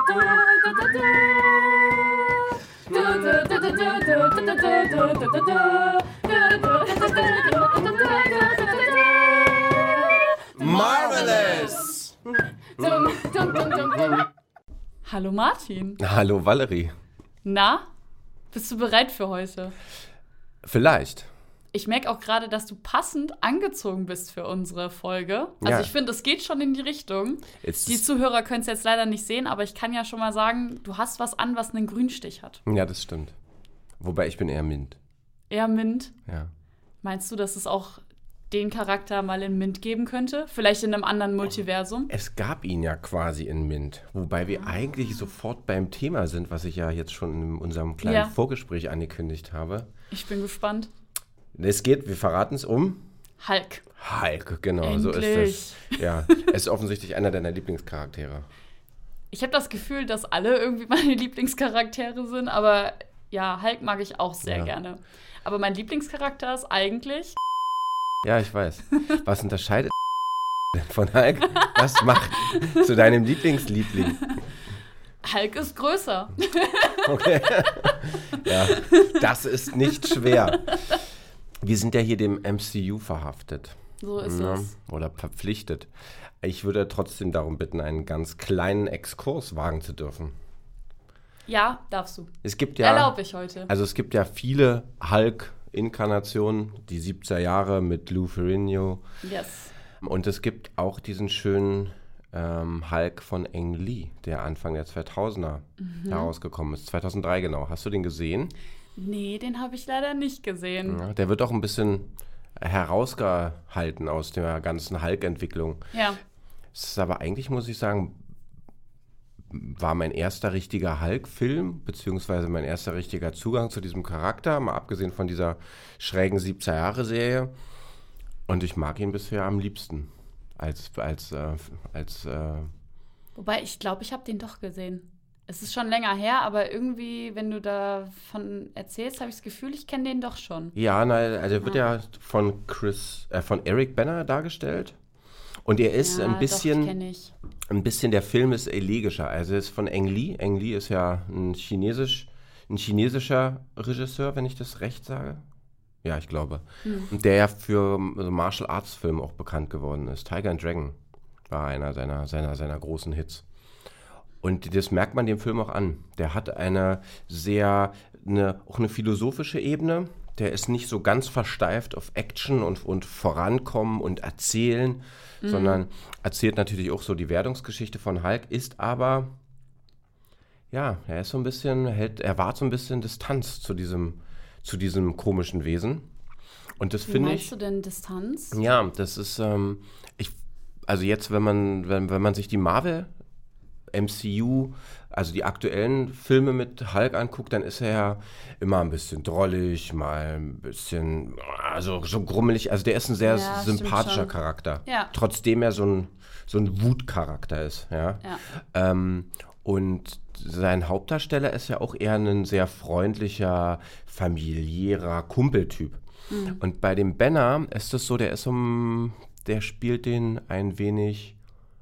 Marvelous! Hallo Martin. Hallo Valerie. Na, bist du bereit für heute? Vielleicht. Ich merke auch gerade, dass du passend angezogen bist für unsere Folge. Also Ja. Ich finde, es geht schon in die Richtung. Jetzt Die Zuhörer können es jetzt leider nicht sehen, aber ich kann ja schon mal sagen, du hast was an, was einen Grünstich hat. Ja, das stimmt. Wobei ich bin eher Mint. Eher Mint. Ja. Meinst du, dass es auch den Charakter mal in Mint geben könnte? Vielleicht in einem anderen Multiversum? Es gab ihn ja quasi in Mint. Wobei wir eigentlich sofort beim Thema sind, was ich ja jetzt schon in unserem kleinen Vorgespräch angekündigt habe. Ich bin gespannt. Es geht, wir verraten es um Hulk. Hulk, genau, Endlich. so ist es. Ja, er ist offensichtlich einer deiner Lieblingscharaktere. Ich habe das Gefühl, dass alle irgendwie meine Lieblingscharaktere sind, aber ja, Hulk mag ich auch sehr gerne. Aber mein Lieblingscharakter ist eigentlich... Ja, ich weiß. Was unterscheidet von Hulk? Was macht zu deinem Lieblingsliebling? Hulk ist größer. Okay. Ja, das ist nicht schwer. Wir sind ja hier dem MCU verhaftet. So ist es. Oder verpflichtet. Ich würde trotzdem darum bitten, einen ganz kleinen Exkurs wagen zu dürfen. Ja, darfst du. Es gibt ja, Erlaube ich heute. Also es gibt ja viele Hulk-Inkarnationen, die 70er Jahre mit Lou Ferrigno. Yes. Und es gibt auch diesen schönen Hulk von Ang Lee, der Anfang der 2000er herausgekommen ist. 2003 genau. Hast du den gesehen? Nee, den habe ich leider nicht gesehen. Ja, der wird auch ein bisschen herausgehalten aus der ganzen Hulk-Entwicklung. Ja. Es ist aber eigentlich, muss ich sagen, war mein erster richtiger Hulk-Film, beziehungsweise mein erster richtiger Zugang zu diesem Charakter, mal abgesehen von dieser schrägen 70er-Jahre-Serie. Und ich mag ihn bisher am liebsten Wobei, ich glaube, ich habe den doch gesehen. Es ist schon länger her, aber irgendwie, wenn du davon erzählst, habe ich das Gefühl, ich kenne den doch schon. Ja, also er wird ja von Eric Bana dargestellt. Und er ist ein bisschen, doch, kenn ich. Der Film ist elegischer. Also er ist von Ang Lee. Ang Lee ist ja ein chinesischer Regisseur, wenn ich das recht sage. Ja, ich glaube. Und der ja für Martial Arts Filme auch bekannt geworden ist. Tiger and Dragon war einer seiner großen Hits. Und das merkt man dem Film auch an. Der hat auch eine philosophische Ebene. Der ist nicht so ganz versteift auf Action und Vorankommen und Erzählen, sondern erzählt natürlich auch so die Werdungsgeschichte von Hulk, ist aber, ja, er wahrt so ein bisschen Distanz zu diesem komischen Wesen. Und das finde ich. Wie meinst du denn Distanz? Ja, das ist, also jetzt, wenn man sich die Marvel MCU, also die aktuellen Filme mit Hulk anguckt, dann ist er ja immer ein bisschen drollig, mal ein bisschen, also so grummelig. Also der ist ein sehr sympathischer Charakter, trotzdem er so ein Wutcharakter ist. Ja? Und sein Hauptdarsteller ist ja auch eher ein sehr freundlicher, familiärer Kumpeltyp. Und bei dem Banner ist es so, der spielt den ein wenig...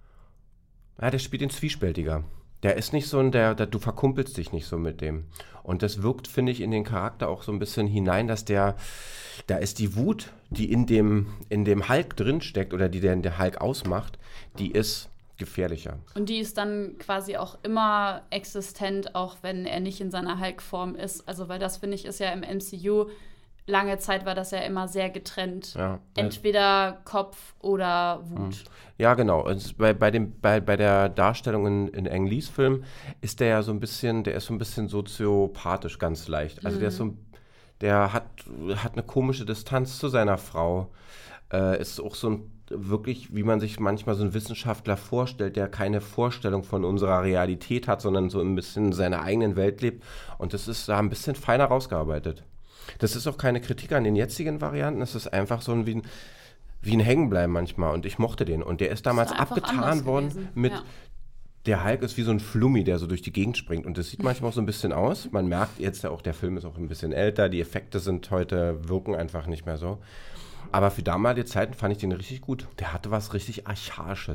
Ja, der spielt den zwiespältiger. Der ist nicht so du verkumpelst dich nicht so mit dem. Und das wirkt, finde ich, in den Charakter auch so ein bisschen hinein, dass da ist die Wut, die in dem Hulk drinsteckt oder die der Hulk ausmacht, die ist gefährlicher. Und die ist dann quasi auch immer existent, auch wenn er nicht in seiner Hulk-Form ist. Also, weil das, finde ich, ist ja im MCU... Lange Zeit war das ja immer sehr getrennt. Ja, entweder Kopf oder Wut. Ja, genau. Also bei der Darstellung in Ang Lees Film ist der so ein bisschen soziopathisch, ganz leicht. Also der hat eine komische Distanz zu seiner Frau. Ist auch so wirklich, wie man sich manchmal so einen Wissenschaftler vorstellt, der keine Vorstellung von unserer Realität hat, sondern so ein bisschen in seiner eigenen Welt lebt. Und das ist da ein bisschen feiner rausgearbeitet. Das ist auch keine Kritik an den jetzigen Varianten, es ist einfach so wie ein Hängenbleiben manchmal und ich mochte den. Und der ist damals abgetan worden mit, der Hulk ist wie so ein Flummi, der so durch die Gegend springt und das sieht manchmal auch so ein bisschen aus. Man merkt jetzt ja auch, der Film ist auch ein bisschen älter, die Effekte wirken einfach nicht mehr so. Aber für damalige Zeiten fand ich den richtig gut. Der hatte was richtig Archaisches.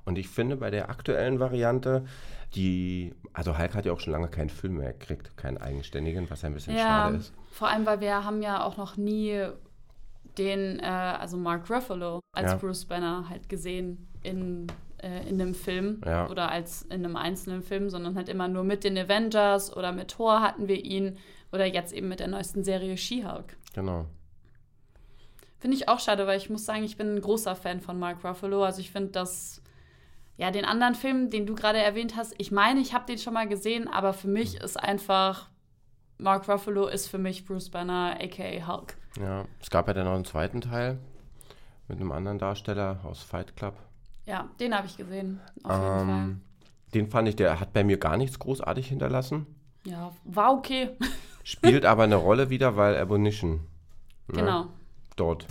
Und ich finde, bei der aktuellen Variante, also Hulk hat ja auch schon lange keinen Film mehr gekriegt, keinen eigenständigen, was ein bisschen schade ist. Vor allem, weil wir haben ja auch noch nie also Mark Ruffalo als Bruce Banner halt gesehen in einem Film oder als in einem einzelnen Film, sondern halt immer nur mit den Avengers oder mit Thor hatten wir ihn oder jetzt eben mit der neuesten Serie She-Hulk. Genau. Finde ich auch schade, weil ich muss sagen, ich bin ein großer Fan von Mark Ruffalo. Also ich finde, dass den anderen Film, den du gerade erwähnt hast, ich meine, ich habe den schon mal gesehen, aber für mich ist einfach Mark Ruffalo ist für mich Bruce Banner, a.k.a. Hulk. Ja, es gab ja dann noch einen zweiten Teil mit einem anderen Darsteller aus Fight Club. Ja, den habe ich gesehen, auf jeden Fall. Den fand ich, der hat bei mir gar nichts großartig hinterlassen. Ja, war okay. Spielt aber eine Rolle wieder, weil Abomination. Genau. Dort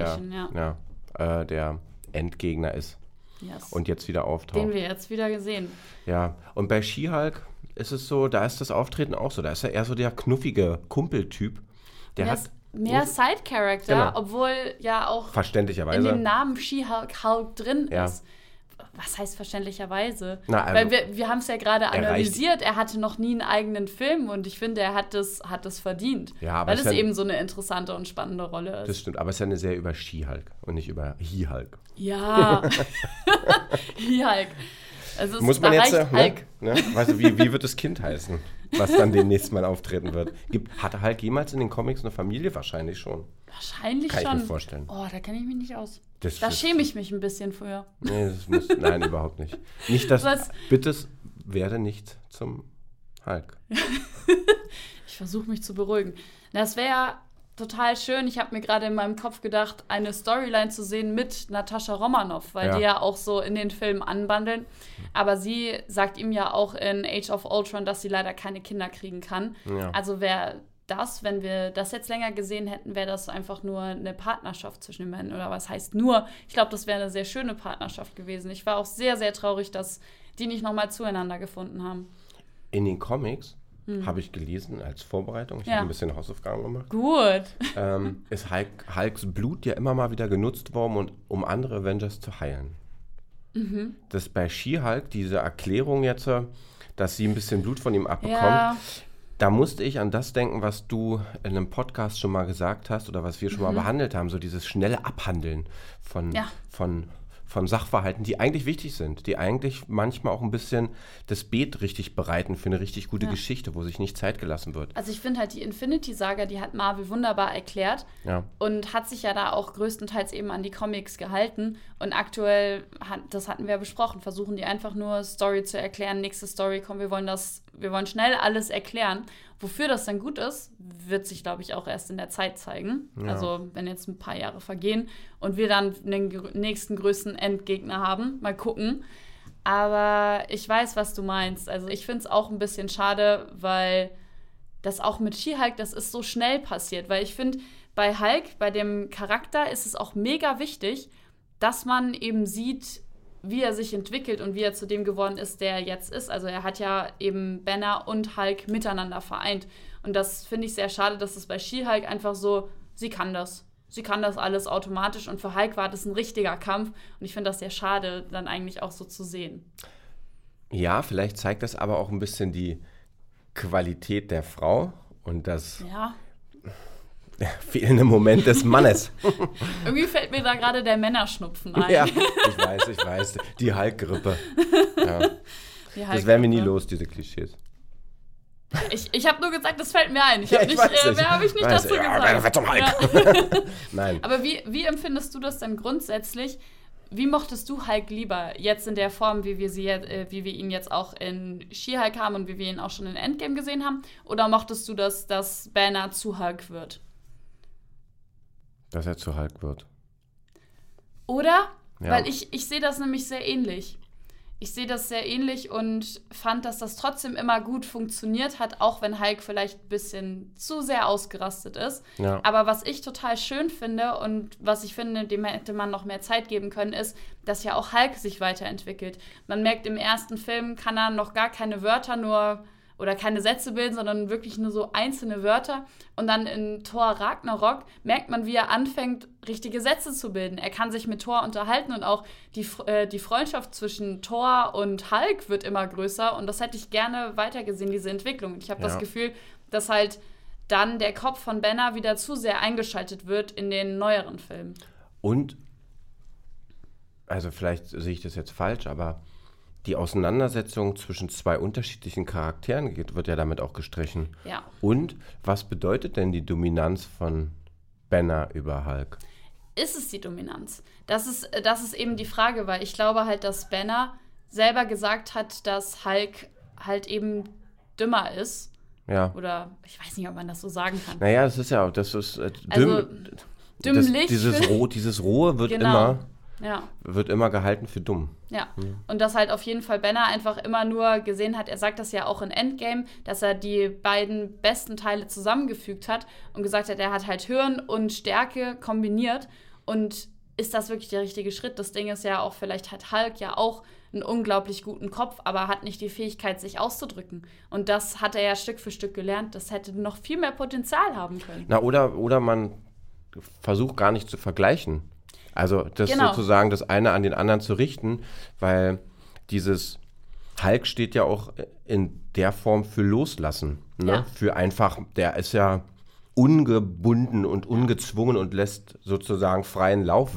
der Endgegner ist. Yes. Und jetzt wieder auftaucht. Den wir jetzt wieder gesehen. Ja, und bei She-Hulk ist es so, da ist das Auftreten auch so. Da ist er eher so der knuffige Kumpeltyp. Der hat mehr Side-Character, obwohl ja auch verständlicherweise in dem Namen She-Hulk Hulk drin ist. Was heißt verständlicherweise? Weil wir haben es ja gerade analysiert, er hatte noch nie einen eigenen Film und ich finde, er hat das verdient. Ja, weil es eben so eine interessante und spannende Rolle ist. Das stimmt, aber es ist ja eine Serie über She-Hulk und nicht über He-Hulk. Ja, He-Hulk. Also muss man jetzt, weißt du, wie wird das Kind heißen, was dann demnächst mal auftreten wird? Hat Hulk jemals in den Comics eine Familie? Wahrscheinlich schon. Wahrscheinlich schon. Kann ich mir vorstellen. Oh, da kenne ich mich nicht aus. Da schäme ich mich ein bisschen für. Nee, nein, überhaupt nicht. Nicht, dass, bitte werde nicht zum Hulk. Ich versuche mich zu beruhigen. Das wäre ja total schön. Ich habe mir gerade in meinem Kopf gedacht, eine Storyline zu sehen mit Natascha Romanoff, weil die ja auch so in den Filmen anbandeln. Aber sie sagt ihm ja auch in Age of Ultron, dass sie leider keine Kinder kriegen kann. Ja. Also wäre wenn wir das jetzt länger gesehen hätten, wäre das einfach nur eine Partnerschaft zwischen den Männern. Oder was heißt nur? Ich glaube, das wäre eine sehr schöne Partnerschaft gewesen. Ich war auch sehr, sehr traurig, dass die nicht nochmal zueinander gefunden haben. In den Comics habe ich gelesen als Vorbereitung. Ich habe ein bisschen Hausaufgaben gemacht. Gut. Ist Hulks Blut ja immer mal wieder genutzt worden, um andere Avengers zu heilen. Mhm. Das bei She-Hulk, diese Erklärung jetzt, dass sie ein bisschen Blut von ihm abbekommt, da musste ich an das denken, was du in einem Podcast schon mal gesagt hast oder was wir schon mal behandelt haben, so dieses schnelle Abhandeln von Sachverhalten, die eigentlich wichtig sind, die eigentlich manchmal auch ein bisschen das Beet richtig bereiten für eine richtig gute Geschichte, wo sich nicht Zeit gelassen wird. Also ich finde halt die Infinity-Saga, die hat Marvel wunderbar erklärt und hat sich ja da auch größtenteils eben an die Comics gehalten und aktuell, das hatten wir ja besprochen, versuchen die einfach nur Story zu erklären, nächste Story, komm, wir wollen schnell alles erklären. Wofür das dann gut ist, wird sich, glaube ich, auch erst in der Zeit zeigen. Ja. Also wenn jetzt ein paar Jahre vergehen und wir dann den nächsten größten Endgegner haben. Mal gucken. Aber ich weiß, was du meinst. Also ich finde es auch ein bisschen schade, weil das auch mit She-Hulk, das ist so schnell passiert. Weil ich finde, bei Hulk, bei dem Charakter, ist es auch mega wichtig, dass man eben sieht, wie er sich entwickelt und wie er zu dem geworden ist, der er jetzt ist. Also er hat ja eben Banner und Hulk miteinander vereint. Und das finde ich sehr schade, dass es bei She-Hulk einfach so, sie kann das. Sie kann das alles automatisch. Und für Hulk war das ein richtiger Kampf. Und ich finde das sehr schade, dann eigentlich auch so zu sehen. Ja, vielleicht zeigt das aber auch ein bisschen die Qualität der Frau und das fehlende Moment des Mannes. Irgendwie fällt mir da gerade der Männerschnupfen ein. Ja, ich weiß. Die Hulk-Grippe. Ja. Das werden wir nie los, diese Klischees. Ich habe nur gesagt, das fällt mir ein. Mehr habe ich nicht dazu gesagt. Ja, zum Hulk. Nein. Aber wie empfindest du das denn grundsätzlich? Wie mochtest du Hulk lieber jetzt in der Form, wie wir ihn jetzt auch in She-Hulk haben und wie wir ihn auch schon in Endgame gesehen haben? Oder mochtest du, dass Banner zu Hulk wird? Dass er zu Hulk wird. Oder? Ja. Weil ich sehe das nämlich sehr ähnlich. Ich sehe das sehr ähnlich und fand, dass das trotzdem immer gut funktioniert hat, auch wenn Hulk vielleicht ein bisschen zu sehr ausgerastet ist. Ja. Aber was ich total schön finde und was ich finde, dem hätte man noch mehr Zeit geben können, ist, dass ja auch Hulk sich weiterentwickelt. Man merkt, im ersten Film kann er noch gar keine Wörter, oder keine Sätze bilden, sondern wirklich nur so einzelne Wörter. Und dann in Thor Ragnarok merkt man, wie er anfängt, richtige Sätze zu bilden. Er kann sich mit Thor unterhalten und auch die Freundschaft zwischen Thor und Hulk wird immer größer. Und das hätte ich gerne weitergesehen, diese Entwicklung. Ich habe das Gefühl, dass halt dann der Kopf von Banner wieder zu sehr eingeschaltet wird in den neueren Filmen. Und, also vielleicht sehe ich das jetzt falsch, aber die Auseinandersetzung zwischen zwei unterschiedlichen Charakteren wird ja damit auch gestrichen. Ja. Und was bedeutet denn die Dominanz von Banner über Hulk? Ist es die Dominanz? Das ist eben die Frage, weil ich glaube halt, dass Banner selber gesagt hat, dass Hulk halt eben dümmer ist. Ja. Oder ich weiß nicht, ob man das so sagen kann. Naja, das ist ja, das ist dümmlich. Dieses Rohe wird genau. Wird immer gehalten für dumm. Ja, und dass halt auf jeden Fall Banner einfach immer nur gesehen hat, er sagt das ja auch in Endgame, dass er die beiden besten Teile zusammengefügt hat und gesagt hat, er hat halt Hirn und Stärke kombiniert. Und ist das wirklich der richtige Schritt? Das Ding ist ja auch, vielleicht hat Hulk ja auch einen unglaublich guten Kopf, aber hat nicht die Fähigkeit, sich auszudrücken. Und das hat er ja Stück für Stück gelernt. Das hätte noch viel mehr Potenzial haben können. Na, oder man versucht gar nicht zu vergleichen. Also das sozusagen das eine an den anderen zu richten, weil dieses Hulk steht ja auch in der Form für Loslassen. Ne? Ja. Für einfach, der ist ja ungebunden und ungezwungen und lässt sozusagen freien Lauf.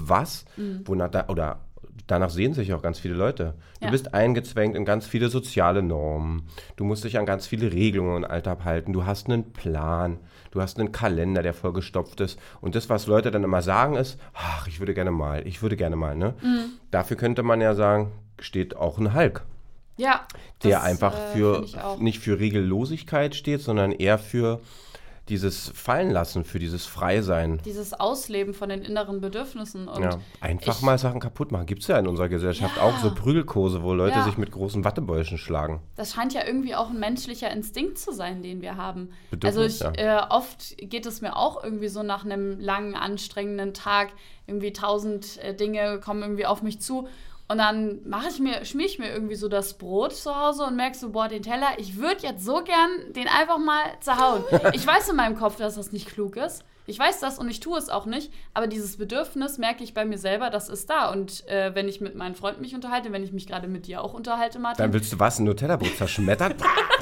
Danach sehen sich auch ganz viele Leute. Du bist eingezwängt in ganz viele soziale Normen. Du musst dich an ganz viele Regelungen und Alltag halten. Du hast einen Plan. Du hast einen Kalender, der vollgestopft ist. Und das, was Leute dann immer sagen, ist, ach, ich würde gerne mal. Ne? Dafür könnte man ja sagen, steht auch ein Hulk. Ja. Der einfach nicht für Regellosigkeit steht, sondern eher für dieses Fallenlassen, für dieses Freisein. Dieses Ausleben von den inneren Bedürfnissen. Und einfach mal Sachen kaputt machen. Gibt es ja in unserer Gesellschaft auch so Prügelkurse, wo Leute sich mit großen Wattebäuschen schlagen. Das scheint ja irgendwie auch ein menschlicher Instinkt zu sein, den wir haben. Bedürfnis, oft geht es mir auch irgendwie so nach einem langen, anstrengenden Tag, irgendwie 1000 Dinge kommen irgendwie auf mich zu. Und dann schmier ich mir irgendwie so das Brot zu Hause und merke so, boah, den Teller, ich würde jetzt so gern den einfach mal zerhauen. Ich weiß in meinem Kopf, dass das nicht klug ist. Ich weiß das und ich tue es auch nicht. Aber dieses Bedürfnis merke ich bei mir selber, das ist da. Und wenn ich mit meinen Freunden mich unterhalte, wenn ich mich gerade mit dir auch unterhalte, Martin. Dann willst du was? Ein Nutella-Brot zerschmettert?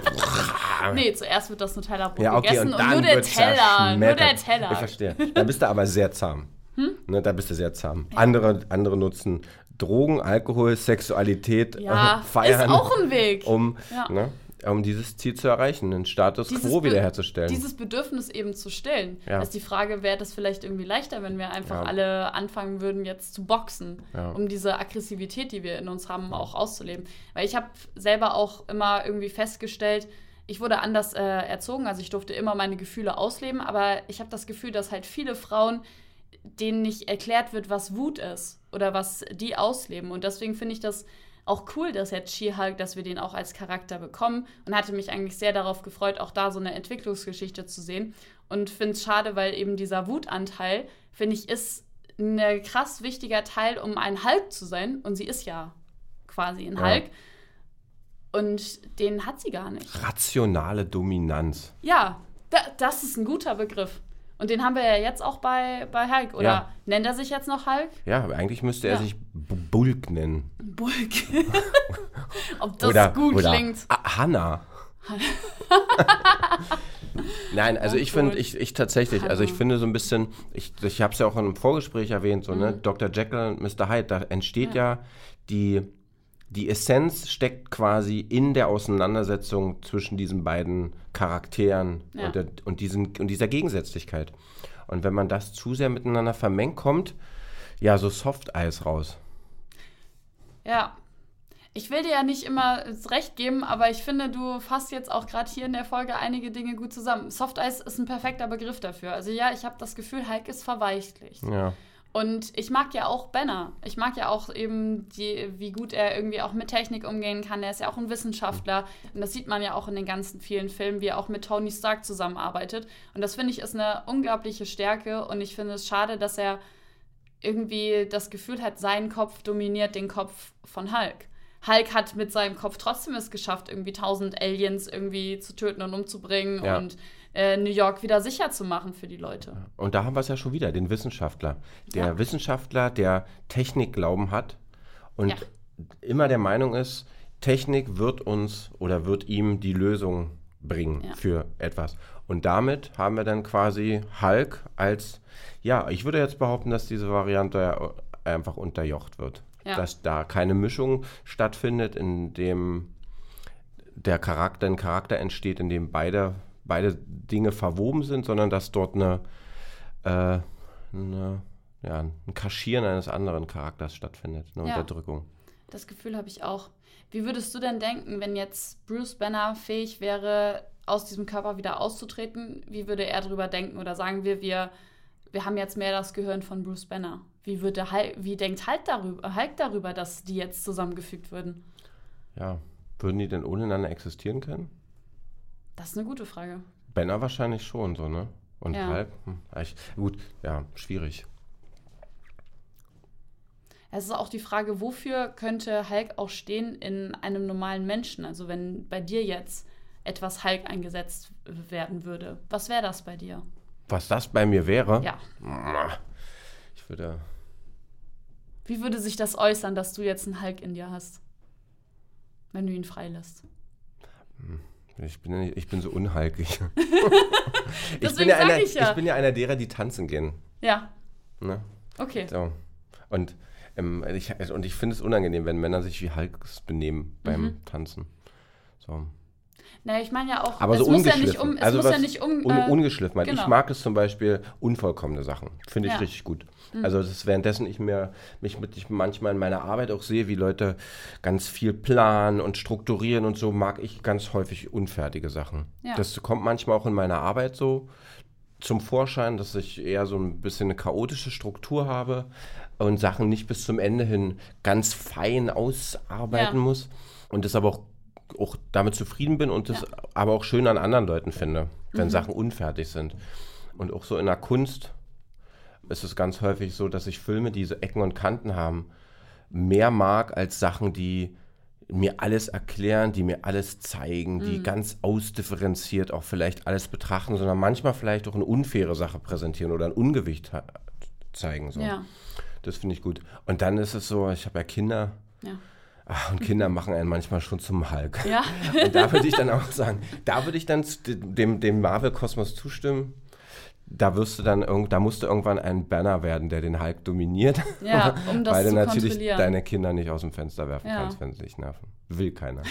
Nee, zuerst wird das Nutella-Brot und gegessen dann nur der Teller. Nur der Teller. Ich verstehe. Dann bist du aber sehr zahm. Ne, da bist du sehr zahm. Andere nutzen Drogen, Alkohol, Sexualität, Feiern. Ist auch ein Weg. Um dieses Ziel zu erreichen, einen Status quo wiederherzustellen. Dieses Bedürfnis eben zu stillen. Da ist die Frage, wäre das vielleicht irgendwie leichter, wenn wir einfach alle anfangen würden, jetzt zu boxen, um diese Aggressivität, die wir in uns haben, auch auszuleben. Weil ich habe selber auch immer irgendwie festgestellt, ich wurde anders erzogen, also ich durfte immer meine Gefühle ausleben, aber ich habe das Gefühl, dass halt viele Frauen, denen nicht erklärt wird, was Wut ist oder was die ausleben. Und deswegen finde ich das auch cool, dass jetzt She-Hulk, dass wir den auch als Charakter bekommen und hatte mich eigentlich sehr darauf gefreut, auch da so eine Entwicklungsgeschichte zu sehen. Und finde es schade, weil eben dieser Wutanteil, finde ich, ist ein krass wichtiger Teil, um ein Hulk zu sein. Und sie ist ja quasi ein Hulk. Und den hat sie gar nicht. Rationale Dominanz. Ja, das ist ein guter Begriff. Und den haben wir ja jetzt auch bei Hulk. Oder nennt er sich jetzt noch Hulk? Ja, eigentlich müsste er sich Bulk nennen. Bulk. Ob das gut klingt. Hannah. Nein, also ich finde, ich tatsächlich, also ich finde so ein bisschen, ich habe es ja auch in einem Vorgespräch erwähnt, so, ne, Dr. Jekyll und Mr. Hyde, da entsteht die Essenz steckt quasi in der Auseinandersetzung zwischen diesen beiden Charakteren und dieser Gegensätzlichkeit. Und wenn man das zu sehr miteinander vermengt, kommt so Soft-Eis raus. Ja. Ich will dir ja nicht immer das Recht geben, aber ich finde, du fasst jetzt auch gerade hier in der Folge einige Dinge gut zusammen. Soft-Eis ist ein perfekter Begriff dafür. Also ich habe das Gefühl, Hulk ist verweichlicht. Ja. Und ich mag ja auch Banner. Ich mag ja auch eben, wie gut er irgendwie auch mit Technik umgehen kann. Er ist ja auch ein Wissenschaftler. Und das sieht man ja auch in den ganzen vielen Filmen, wie er auch mit Tony Stark zusammenarbeitet. Und das finde ich ist eine unglaubliche Stärke. Und ich finde es schade, dass er irgendwie das Gefühl hat, sein Kopf dominiert den Kopf von Hulk. Hulk hat mit seinem Kopf trotzdem es geschafft, irgendwie 1000 Aliens irgendwie zu töten und umzubringen und New York wieder sicher zu machen für die Leute. Und da haben wir es ja schon wieder, den Wissenschaftler. Der Wissenschaftler, der Technikglauben hat und immer der Meinung ist, Technik wird uns oder wird ihm die Lösung bringen für etwas. Und damit haben wir dann quasi Hulk als, ich würde jetzt behaupten, dass diese Variante einfach unterjocht wird. Ja. Dass da keine Mischung stattfindet, in dem ein Charakter entsteht, in dem beide Dinge verwoben sind, sondern dass dort ein Kaschieren eines anderen Charakters stattfindet, eine Unterdrückung. Das Gefühl habe ich auch. Wie würdest du denn denken, wenn jetzt Bruce Banner fähig wäre, aus diesem Körper wieder auszutreten? Wie würde er darüber denken? Oder sagen wir haben jetzt mehr das Gehirn von Bruce Banner. Wie denkt Hulk darüber, dass die jetzt zusammengefügt würden? Ja, würden die denn ohne einander existieren können? Das ist eine gute Frage. Banner wahrscheinlich schon, so, ne? Und Hulk? Schwierig. Es ist auch die Frage, wofür könnte Hulk auch stehen in einem normalen Menschen? Also wenn bei dir jetzt etwas Hulk eingesetzt werden würde, was wäre das bei dir? Was das bei mir wäre? Ja. Ich würde... Wie würde sich das äußern, dass du jetzt einen Hulk in dir hast, wenn du ihn freilässt? Ich bin so unhalkig. Ich bin ja einer derer, die tanzen gehen. Ja. Ne? Okay. So. Und ich finde es unangenehm, wenn Männer sich wie Hulks benehmen beim Tanzen. So. Naja, ich meine ja auch, aber es so muss ja nicht ungeschliffen. Genau. Ich mag es zum Beispiel unvollkommene Sachen. Finde ich richtig gut. Also das ist, währenddessen ich mich manchmal in meiner Arbeit auch sehe, wie Leute ganz viel planen und strukturieren und so, mag ich ganz häufig unfertige Sachen. Ja. Das kommt manchmal auch in meiner Arbeit so zum Vorschein, dass ich eher so ein bisschen eine chaotische Struktur habe und Sachen nicht bis zum Ende hin ganz fein ausarbeiten muss. Und das aber auch damit zufrieden bin und das aber auch schön an anderen Leuten finde, wenn Sachen unfertig sind. Und auch so in der Kunst ist es ganz häufig so, dass ich Filme, die so Ecken und Kanten haben, mehr mag als Sachen, die mir alles erklären, die mir alles zeigen, die ganz ausdifferenziert auch vielleicht alles betrachten, sondern manchmal vielleicht auch eine unfaire Sache präsentieren oder ein Ungewicht zeigen. So. Ja. Das finde ich gut. Und dann ist es so, ich habe ja Kinder. Ja. Und Kinder machen einen manchmal schon zum Hulk. Ja. Und da würde ich dann auch sagen, da würde ich dann dem Marvel-Kosmos zustimmen. Da musst du irgendwann ein Banner werden, der den Hulk dominiert. Ja, um das weil du natürlich deine Kinder nicht aus dem Fenster werfen kannst, wenn sie sich nerven. Will keiner.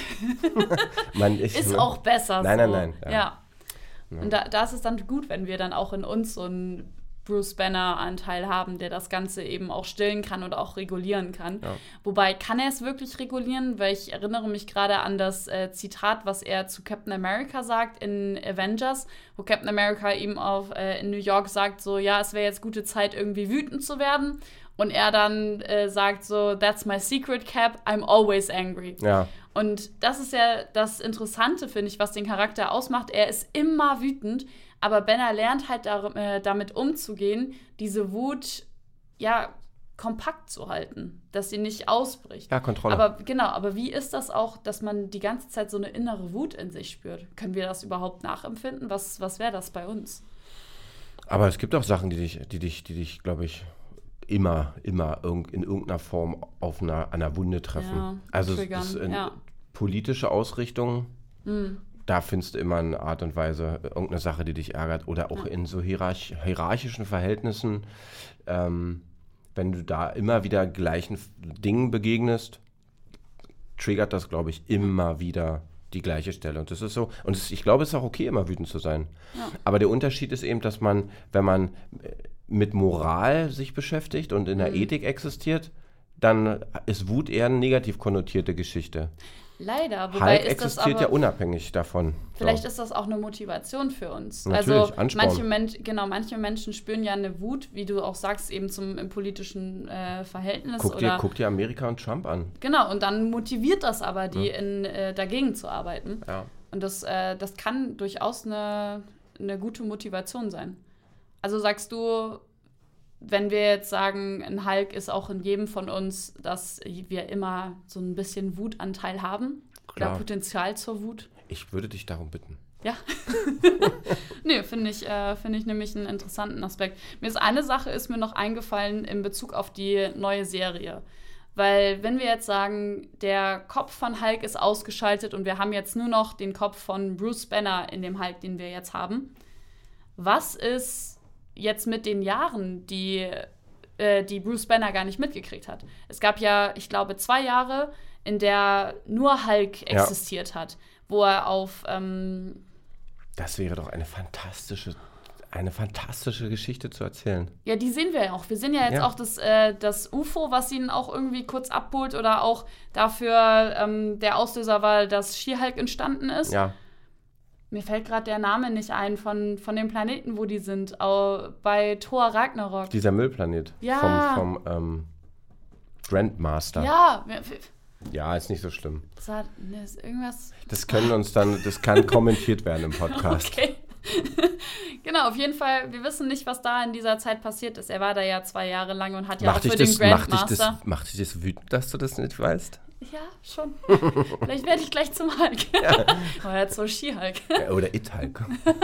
Ist auch besser Nein. Ja. Und da ist es dann gut, wenn wir dann auch in uns so ein Bruce Banner-Anteil haben, der das Ganze eben auch stillen kann und auch regulieren kann. Ja. Wobei, kann er es wirklich regulieren? Weil ich erinnere mich gerade an das Zitat, was er zu Captain America sagt in Avengers, wo Captain America ihm in New York sagt so, ja, es wäre jetzt gute Zeit, irgendwie wütend zu werden. Und er dann sagt so, that's my secret, Cap, I'm always angry. Ja. Und das ist ja das Interessante, finde ich, was den Charakter ausmacht. Er ist immer wütend, aber Banner lernt halt damit umzugehen, diese Wut, kompakt zu halten, dass sie nicht ausbricht. Ja, Kontrolle. Aber wie ist das auch, dass man die ganze Zeit so eine innere Wut in sich spürt? Können wir das überhaupt nachempfinden? Was wäre das bei uns? Aber es gibt auch Sachen, die dich, glaube ich, immer in irgendeiner Form an einer Wunde treffen. Ja, also politische Ausrichtung, da findest du immer eine Art und Weise, irgendeine Sache, die dich ärgert. Oder auch in so hierarchischen Verhältnissen, wenn du da immer wieder gleichen Dingen begegnest, triggert das, glaube ich, immer wieder die gleiche Stelle. Und das ist so, ich glaube, es ist auch okay, immer wütend zu sein. Ja. Aber der Unterschied ist eben, dass man, wenn man mit Moral sich beschäftigt und in der Ethik existiert, dann ist Wut eher eine negativ konnotierte Geschichte. Leider, wobei Hulk existiert ja unabhängig davon. Vielleicht ist das auch eine Motivation für uns. Natürlich, also manche Menschen spüren ja eine Wut, wie du auch sagst, eben im politischen Verhältnis. Guck dir Amerika und Trump an. Genau, und dann motiviert das aber die, dagegen zu arbeiten. Ja. Und das kann durchaus eine gute Motivation sein. Also sagst du, wenn wir jetzt sagen, ein Hulk ist auch in jedem von uns, dass wir immer so ein bisschen Wutanteil haben. Klar. Oder Potenzial zur Wut. Ich würde dich darum bitten. Ja. Nee, finde ich nämlich einen interessanten Aspekt. Eine Sache ist mir noch eingefallen in Bezug auf die neue Serie. Weil wenn wir jetzt sagen, der Kopf von Hulk ist ausgeschaltet und wir haben jetzt nur noch den Kopf von Bruce Banner in dem Hulk, den wir jetzt haben, was ist jetzt mit den Jahren, die Bruce Banner gar nicht mitgekriegt hat? Es gab ja, ich glaube, 2 Jahre, in der nur Hulk existiert hat, wo er auf das wäre doch eine fantastische Geschichte zu erzählen. Ja, die sehen wir ja auch. Wir sehen ja jetzt auch das UFO, was ihn auch irgendwie kurz abholt oder auch dafür der Auslöser war, dass She-Hulk entstanden ist. Ja. Mir fällt gerade der Name nicht ein von dem Planeten, wo die sind, bei Thor Ragnarok. Dieser Müllplanet. Ja. Vom Grandmaster. Ja. Ja, ist nicht so schlimm. Ist irgendwas. Das kann kommentiert werden im Podcast. Okay. Genau, auf jeden Fall, wir wissen nicht, was da in dieser Zeit passiert ist. Er war da ja 2 Jahre lang und hat ja auch für den Grandmaster... Macht dich das wütend, dass du das nicht weißt? Ja, schon. Vielleicht werde ich gleich zum Hulk. Ja. Oder zur She-Hulk. Ja, oder It-Hulk.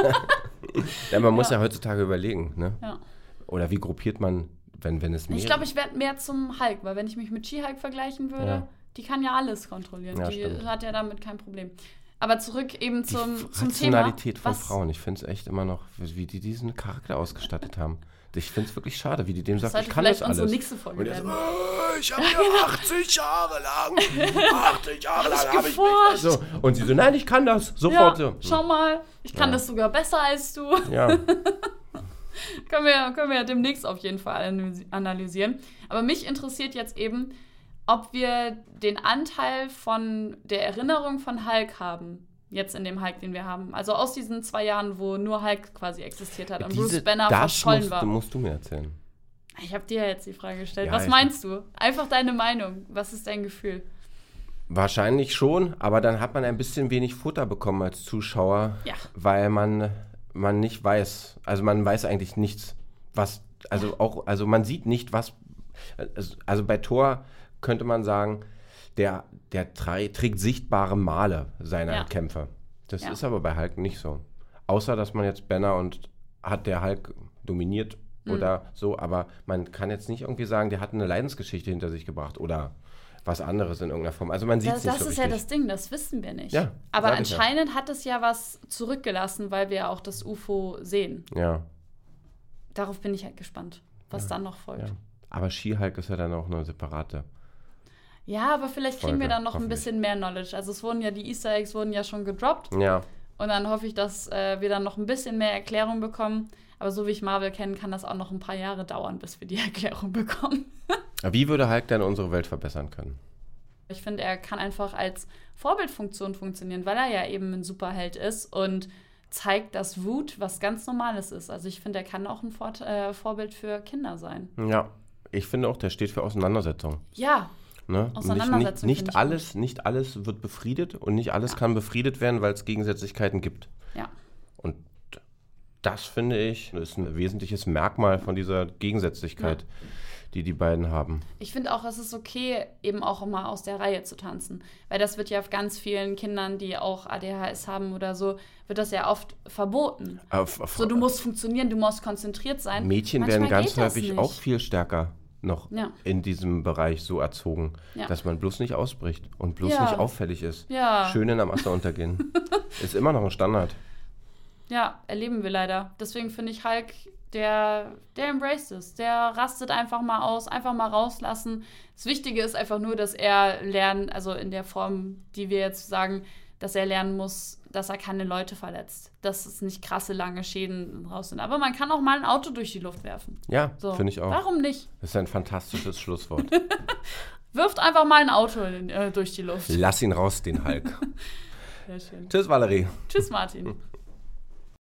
Ja, man muss ja heutzutage überlegen, ne? Ja. Oder wie gruppiert man, wenn es mehr... Ich glaube, ich werde mehr zum Hulk, weil wenn ich mich mit She-Hulk vergleichen würde, die kann ja alles kontrollieren. Ja, die stimmt. hat ja damit kein Problem. Aber zurück eben zum Thema. Rationalität von Frauen. Ich finde es echt immer noch, wie die diesen Charakter ausgestattet haben. Ich finde es wirklich schade, wie die dem sagt, ich kann das alles. Das sollte vielleicht unsere nächste Folge werden. Ich habe ja 80 Jahre lang habe ich mich. So. Und sie so, nein, ich kann das. Sofort so. Schau mal, ich kann das sogar besser als du. Ja. können wir demnächst auf jeden Fall analysieren. Aber mich interessiert jetzt eben, ob wir den Anteil von der Erinnerung von Hulk haben, jetzt in dem Hulk, den wir haben. Also aus diesen 2 Jahren, wo nur Hulk quasi existiert hat und Bruce Banner verschollen war. Das musst du mir erzählen. Ich habe dir jetzt die Frage gestellt. Was meinst du? Einfach deine Meinung. Was ist dein Gefühl? Wahrscheinlich schon, aber dann hat man ein bisschen wenig Futter bekommen als Zuschauer, weil man nicht weiß, also man weiß eigentlich nichts, also man sieht nicht, was, also bei Thor könnte man sagen, der trägt sichtbare Male seiner Kämpfe. Das ist aber bei Hulk nicht so. Außer, dass man jetzt Banner und hat der Hulk dominiert oder so, aber man kann jetzt nicht irgendwie sagen, der hat eine Leidensgeschichte hinter sich gebracht oder was anderes in irgendeiner Form. Also man sieht es nicht so richtig. Das ist ja das Ding, das wissen wir nicht. Ja, aber anscheinend hat es ja was zurückgelassen, weil wir auch das UFO sehen. Ja. Darauf bin ich halt gespannt, was dann noch folgt. Ja. Aber She-Hulk ist ja dann auch eine separate. Ja, aber vielleicht kriegen wir dann noch ein bisschen mehr Knowledge. Also die Easter Eggs wurden ja schon gedroppt. Ja. Und dann hoffe ich, dass wir dann noch ein bisschen mehr Erklärung bekommen. Aber so wie ich Marvel kenne, kann das auch noch ein paar Jahre dauern, bis wir die Erklärung bekommen. Wie würde Hulk denn unsere Welt verbessern können? Ich finde, er kann einfach als Vorbildfunktion funktionieren, weil er ja eben ein Superheld ist und zeigt, dass Wut was ganz Normales ist. Also ich finde, er kann auch ein Vorbild für Kinder sein. Ja, ich finde auch, der steht für Auseinandersetzung. Ja. Ne? Nicht alles wird befriedet und nicht alles kann befriedet werden, weil es Gegensätzlichkeiten gibt. Ja. Und das, finde ich, ist ein wesentliches Merkmal von dieser Gegensätzlichkeit, die beiden haben. Ich finde auch, es ist okay, eben auch mal aus der Reihe zu tanzen. Weil das wird ja ganz vielen Kindern, die auch ADHS haben oder so, wird das ja oft verboten. Du musst funktionieren, du musst konzentriert sein. Mädchen werden ganz häufig auch viel stärker noch in diesem Bereich so erzogen, dass man bloß nicht ausbricht und bloß nicht auffällig ist. Ja. Schön in der Masse untergehen. Ist immer noch ein Standard. Ja, erleben wir leider. Deswegen finde ich Hulk, der embraced es. Der rastet einfach mal aus, einfach mal rauslassen. Das Wichtige ist einfach nur, dass er lernen, also in der Form, die wir jetzt sagen, dass er lernen muss, dass er keine Leute verletzt. Dass es nicht krasse, lange Schäden raus sind. Aber man kann auch mal ein Auto durch die Luft werfen. Ja, finde ich auch. Warum nicht? Das ist ein fantastisches Schlusswort. Wirft einfach mal ein Auto durch die Luft. Lass ihn raus, den Hulk. Sehr schön. Tschüss, Valerie. Tschüss, Martin.